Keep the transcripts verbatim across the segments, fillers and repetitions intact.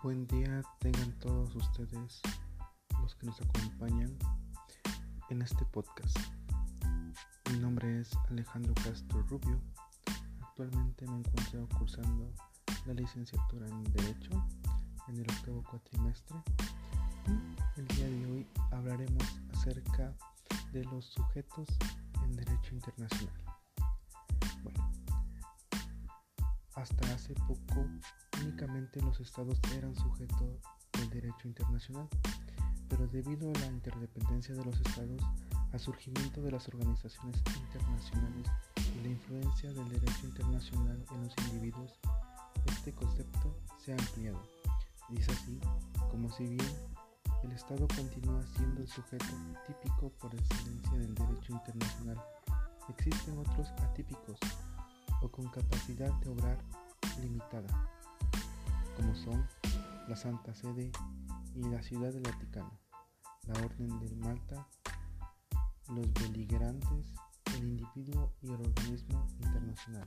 Buen día tengan todos ustedes los que nos acompañan en este podcast. Mi nombre es Alejandro Castro Rubio. Actualmente me encuentro cursando la licenciatura en Derecho en el octavo cuatrimestre y el día de hoy hablaremos acerca de los sujetos en Derecho Internacional. Bueno, hasta hace poco únicamente los estados eran sujetos del derecho internacional, pero debido a la interdependencia de los estados, al surgimiento de las organizaciones internacionales y la influencia del derecho internacional en los individuos, este concepto se ha ampliado. Y es así como, si bien el estado continúa siendo el sujeto típico por excelencia del derecho internacional, existen otros atípicos o con capacidad de obrar limitada, como son la Santa Sede y la Ciudad del Vaticano, la Orden de Malta, los beligerantes, el individuo y el organismo internacional.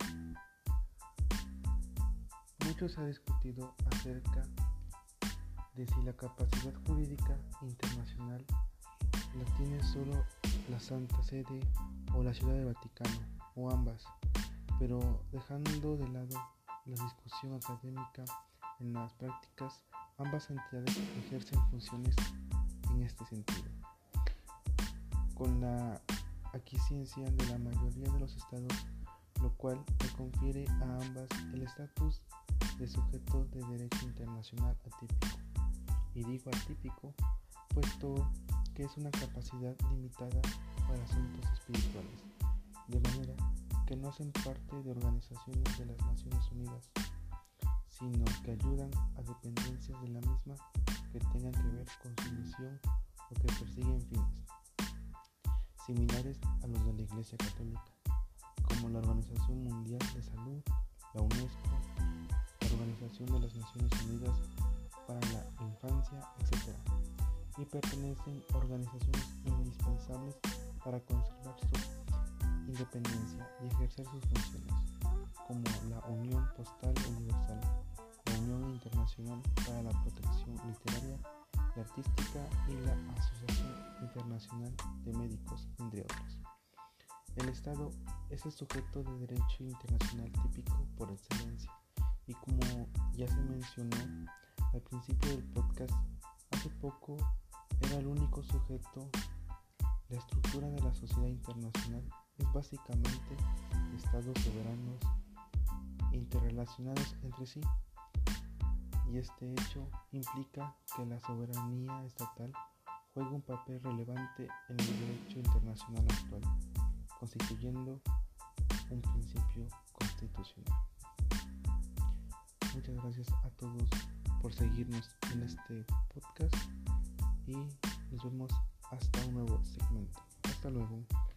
Mucho se ha discutido acerca de si la capacidad jurídica internacional la tiene solo la Santa Sede o la Ciudad del Vaticano, o ambas, pero dejando de lado la discusión académica, en las prácticas ambas entidades ejercen funciones en este sentido, con la aquiescencia de la mayoría de los estados, lo cual le confiere a ambas el estatus de sujeto de derecho internacional atípico. Y digo atípico, puesto que es una capacidad limitada para asuntos espirituales, de manera que no hacen parte de organizaciones de las Naciones Unidas, sino que ayudan a dependencias de la misma que tengan que ver con su misión o que persiguen fines similares a los de la Iglesia Católica, como la Organización Mundial de Salud, la UNESCO, la Organización de las Naciones Unidas para la Infancia, etcétera, y pertenecen a organizaciones indispensables para conservar su independencia y ejercer sus funciones, como la Unión Postal Universal, la Unión Internacional para la Protección Literaria y Artística y la Asociación Internacional de Médicos, entre otros. El Estado es el sujeto de derecho internacional típico por excelencia, y como ya se mencionó al principio del podcast, hace poco era el único sujeto. La estructura de la sociedad internacional es básicamente estados soberanos interrelacionados entre sí, y este hecho implica que la soberanía estatal juega un papel relevante en el derecho internacional actual, constituyendo un principio constitucional. Muchas gracias a todos por seguirnos en este podcast y nos vemos hasta un nuevo segmento. Hasta luego.